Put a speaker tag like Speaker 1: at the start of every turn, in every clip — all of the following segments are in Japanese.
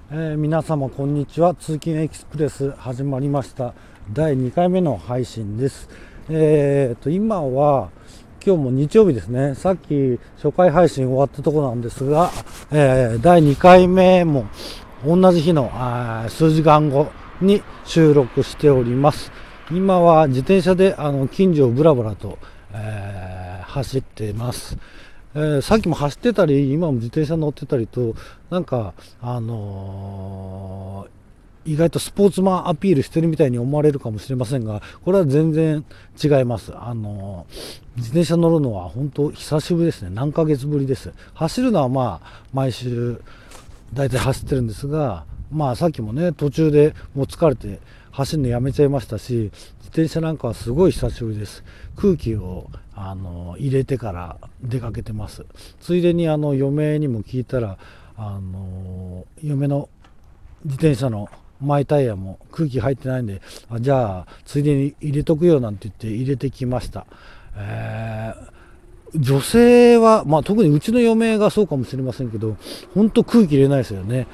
Speaker 1: 皆様こんにちは。通勤エクスプレス始まりました。第2回目の配信です。今は今日も日曜日ですね。さっき初回配信終わったところなんですが、第2回目も同じ日の数時間後に収録しております。今は自転車で近所をブラブラと、走っています。さっきも走ってたり今も自転車乗ってたりとなんか意外とスポーツマンアピールしてるみたいに思われるかもしれませんが、これは全然違います。自転車乗るのは本当久しぶりですね。何ヶ月ぶりです。走るのは毎週だいたい走ってるんですが、さっきもね途中でもう疲れて走るのやめちゃいましたし、自転車なんかはすごい久しぶりです。空気を入れてから出かけてます。ついでに嫁にも聞いたら嫁の自転車の前タイヤも空気入ってないんで、じゃあついでに入れとくよなんて言って入れてきました。女性は、特にうちの嫁がそうかもしれませんけど、本当空気入れないですよね。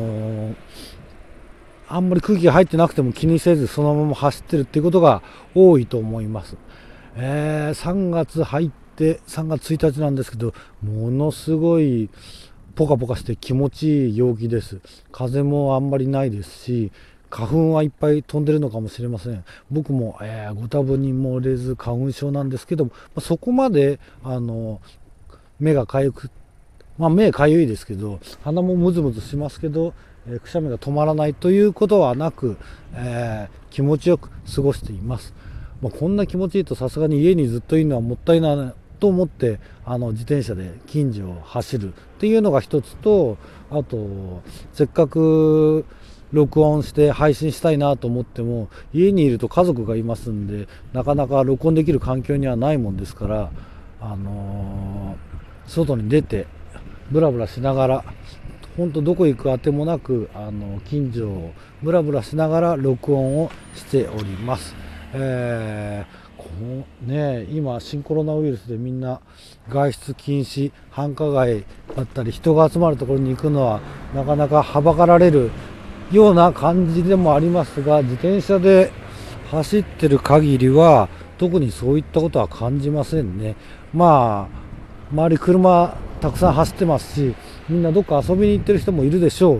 Speaker 1: あんまり空気が入ってなくても気にせずそのまま走ってるっていうことが多いと思います。3月入って3月1日なんですけど、ものすごいポカポカして気持ちいい陽気です。風もあんまりないですし、花粉はいっぱい飛んでるのかもしれません。僕も、ご多分に漏れず花粉症なんですけど、そこまで目がかゆく、目かゆいですけど、鼻もムズムズしますけど、くしゃみが止まらないということはなく、気持ちよく過ごしています。こんな気持ちいいとさすがに家にずっといるのはもったいないと思って自転車で近所を走るっていうのが一つと、あとせっかく録音して配信したいなと思っても家にいると家族がいますんで、なかなか録音できる環境にはないもんですから、外に出てブラブラしながら、本当どこ行くあてもなく近所をブラブラしながら録音をしております。今新コロナウイルスでみんな外出禁止、繁華街だったり人が集まるところに行くのはなかなかはばかられるような感じでもありますが、自転車で走ってる限りは特にそういったことは感じませんね。周り車たくさん走ってますし、みんなどっか遊びに行ってる人もいるでしょう。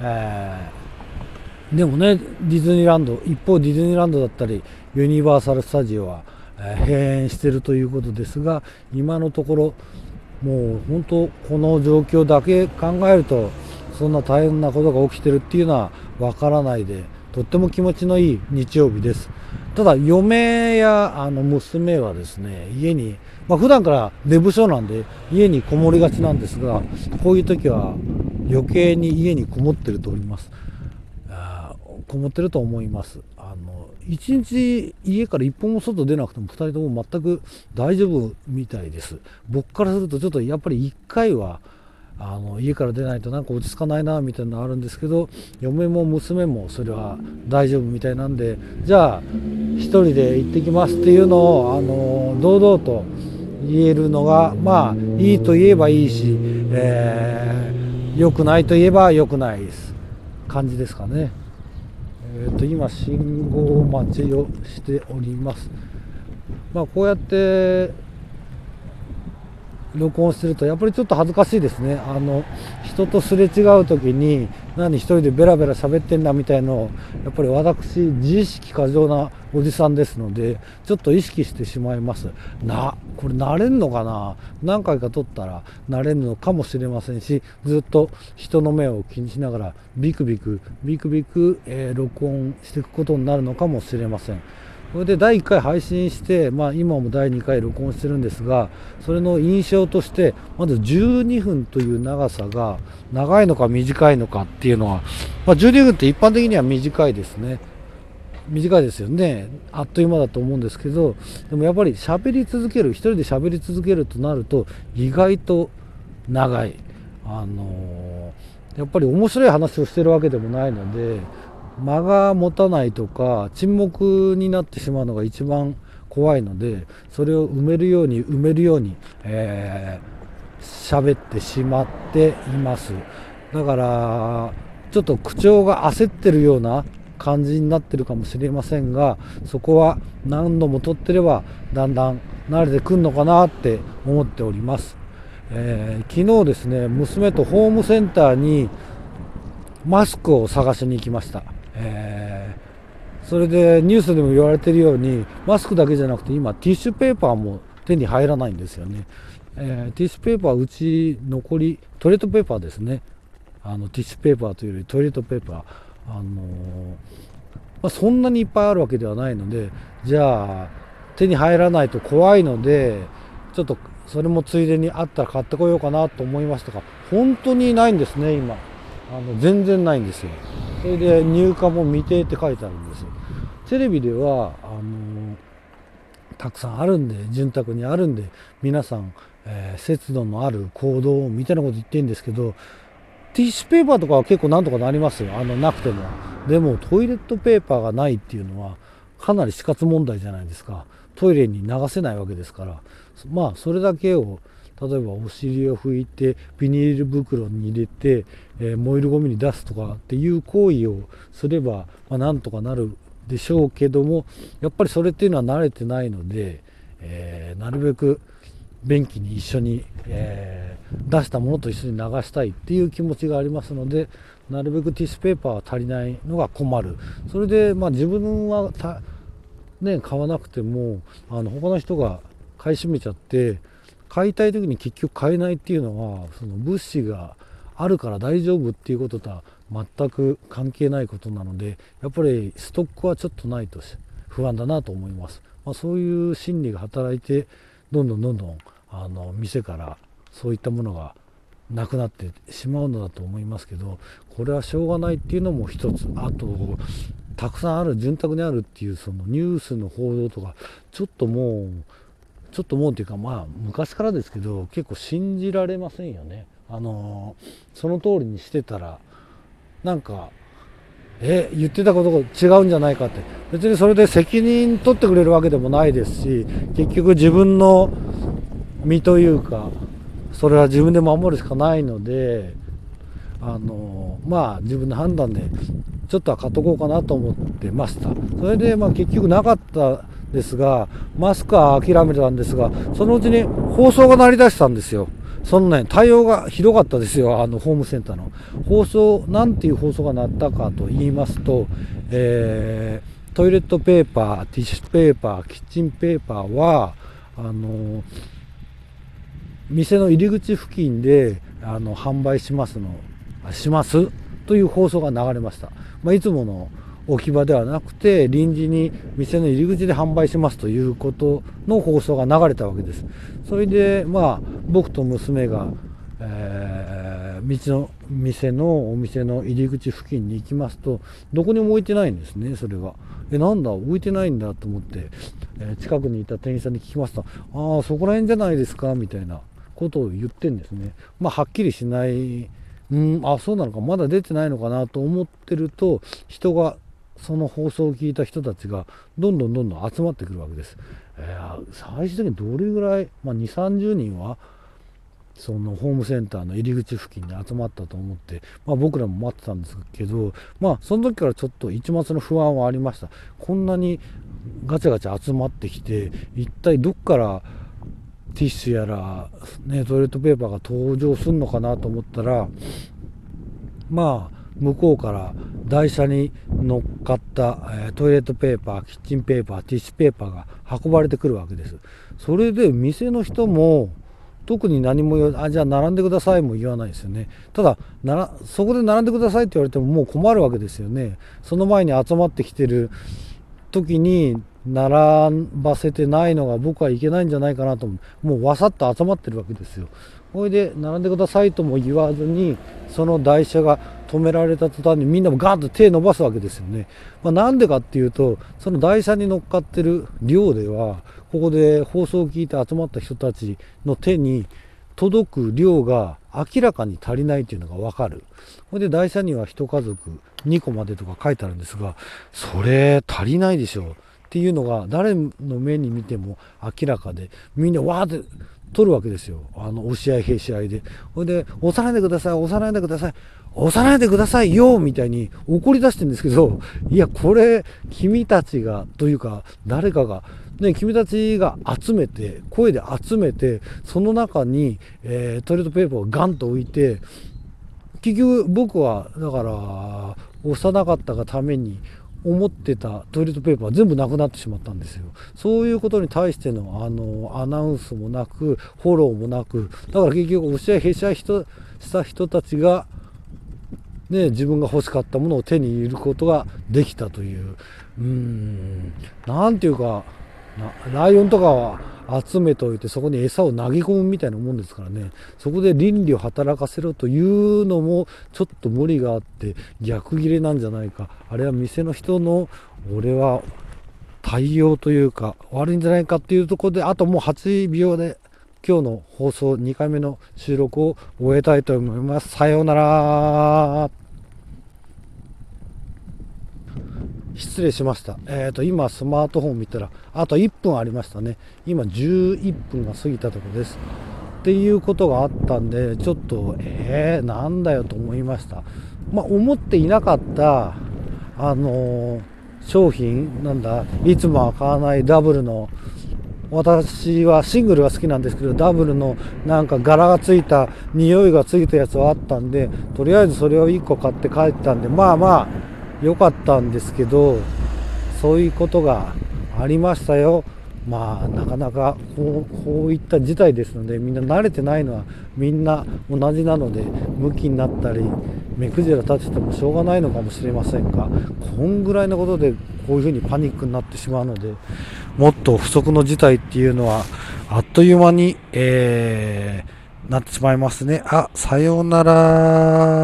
Speaker 1: でもね、ディズニーランド、一方ディズニーランドだったりユニバーサル・スタジオは、閉園しているということですが、今のところもう本当この状況だけ考えるとそんな大変なことが起きてるっていうのはわからないで、とっても気持ちのいい日曜日です。ただ嫁や娘はですね、家に、普段から寝不精なんで家にこもりがちなんですが、こういう時は余計に家にこもってると思います。こもってると思います。一日家から一歩も外出なくても2人とも全く大丈夫みたいです。僕からするとちょっとやっぱり1回は家から出ないとなんか落ち着かないなみたいなのあるんですけど、嫁も娘もそれは大丈夫みたいなんで、じゃあ一人で行ってきますっていうのを堂々と言えるのがいいと言えばいいし、良くないと言えば良くないです感じですかね。今信号待ちをしております。こうやって録音してるとやっぱりちょっと恥ずかしいですね。人とすれ違う時に何一人でベラベラ喋ってんだみたいの、やっぱり私自意識過剰なおじさんですのでちょっと意識してしまいます。これ慣れんのかな。何回か撮ったら慣れるのかもしれませんし、ずっと人の目を気にしながらビクビク録音していくことになるのかもしれません。それで第1回配信して、今も第2回録音してるんですが、それの印象としてまず12分という長さが長いのか短いのかっていうのは、12分って一般的には短いですね。短いですよね。あっという間だと思うんですけど、でもやっぱり喋り続ける、一人で喋り続けるとなると意外と長い。やっぱり面白い話をしてるわけでもないので、間が持たないとか沈黙になってしまうのが一番怖いので、それを埋めるように喋ってしまっています。だからちょっと口調が焦ってるような感じになってるかもしれませんが、そこは何度も撮ってればだんだん慣れてくるのかなって思っております。昨日ですね、娘とホームセンターにマスクを探しに行きました。それでニュースでも言われているように、マスクだけじゃなくて今ティッシュペーパーも手に入らないんですよね。ティッシュペーパーうち残りトイレットペーパーですね。ティッシュペーパーというよりトイレットペーパー、そんなにいっぱいあるわけではないので、じゃあ手に入らないと怖いので、ちょっとそれもついでにあったら買ってこようかなと思いましたが、本当にないんですね今。全然ないんですよ。それで入荷も未定って書いてあるんですよ。テレビではたくさんあるんで、潤沢にあるんで、皆さん、節度のある行動みたいなこと言ってるんですけど、ティッシュペーパーとかは結構なんとかなりますよ、なくても。でもトイレットペーパーがないっていうのはかなり死活問題じゃないですか。トイレに流せないわけですから、それだけを、例えばお尻を拭いてビニール袋に入れて、燃えるゴミに出すとかっていう行為をすれば、なんとかなるでしょうけども、やっぱりそれっていうのは慣れてないので、なるべく便器に一緒に、出したものと一緒に流したいっていう気持ちがありますので、なるべくティッシュペーパーは足りないのが困る。それで自分は買わなくても他の人が買い占めちゃって、買いたい時に結局買えないっていうのは、その物資があるから大丈夫っていうこととは全く関係ないことなので、やっぱりストックはちょっとないと不安だなと思います。そういう心理が働いて、どんどん店からそういったものがなくなってしまうのだと思いますけど、これはしょうがないっていうのも一つ。あとたくさんある、潤沢にあるっていうそのニュースの報道とか、ちょっともうっていうか、昔からですけど結構信じられませんよね。その通りにしてたらなんか言ってたことが違うんじゃないかって、別にそれで責任取ってくれるわけでもないですし、結局自分の身というか、それは自分で守るしかないので、自分の判断でちょっとは買っとこうかなと思ってました。それで結局なかったですが、マスクは諦めたんですが、そのうちに放送が鳴り出したんですよ。その対応がひどかったですよ。ホームセンターの放送、なんていう放送が鳴ったかと言いますと、トイレットペーパー、ティッシュペーパー、キッチンペーパーは店の入り口付近で販売しますという放送が流れました。いつもの置き場ではなくて、臨時に店の入り口で販売しますということの放送が流れたわけです。それで僕と娘が、お店の入り口付近に行きますと、どこにも置いてないんですね。それがなんだ、置いてないんだと思って、近くにいた店員さんに聞きますと、そこら辺じゃないですかみたいなことを言ってんですね。はっきりしない、そうなのか、まだ出てないのかなと思ってると、その放送を聞いた人たちがどんどん集まってくるわけです。最終的にどれぐらい、2、30人はそのホームセンターの入り口付近に集まったと思って、僕らも待ってたんですけど、その時からちょっと一抹の不安はありました。こんなにガチャガチャ集まってきて、一体どっからティッシュやら、トイレットペーパーが登場するのかなと思ったら、向こうから台車に乗っかった、トイレットペーパー、キッチンペーパー、ティッシュペーパーが運ばれてくるわけです。それで店の人も特に何もじゃあ並んでくださいも言わないですよね。ただそこで並んでくださいって言われてももう困るわけですよね。その前に集まってきてる時に並ばせてないのが僕はいけないんじゃないかなと思う。もうわさっと集まってるわけですよ。それで並んでくださいとも言わずに、その台車が止められた途端にみんなもガーッと手伸ばすわけですよね。なんでかっていうと、その台車に乗っかってる量では、ここで放送を聞いて集まった人たちの手に届く量が明らかに足りないというのが分かる。それで台車には1家族2個までとか書いてあるんですが、それ足りないでしょうっていうのが誰の目に見ても明らかで、みんなわーって取るわけですよ。押し合いへし合いで。それで押さないでください、押さないでください、 押さないでくださいよみたいに怒り出してるんですけど、いや、これ、君たちが、というか、誰かが、ね、君たちが集めて、声で集めて、その中に、トイレットペーパーをガンと置いて、結局僕は、だから、押さなかったがために、思ってたトイレットペーパーは全部なくなってしまったんですよ。そういうことに対してのアナウンスもなく、フォローもなく、だから結局押し合いへし合いした人たちが、ね、自分が欲しかったものを手に入れることができたという、なんていうか、ライオンとかは集めておいてそこに餌を投げ込むみたいなもんですからね、そこで倫理を働かせろというのもちょっと無理があって逆切れなんじゃないか、あれは店の人の俺は対応というか悪いんじゃないかっていうところで、あともう8秒で今日の放送2回目の収録を終えたいと思います。さようなら。失礼しました。今スマートフォン見たらあと1分ありましたね。今11分が過ぎたところです。っていうことがあったんで、ちょっとなんだよと思いました。思っていなかった商品なんだ、いつもは買わないダブルの、私はシングルが好きなんですけど、ダブルのなんか柄がついた匂いがついたやつはあったんで、とりあえずそれを1個買って帰ったんで、良かったんですけど、そういうことがありましたよ。なかなかこういった事態ですので、みんな慣れてないのはみんな同じなので、ムキになったり目くじら立ててもしょうがないのかもしれませんが、こんぐらいのことでこういうふうにパニックになってしまうので、もっと不測の事態っていうのはあっという間に、なってしまいますね。さようなら。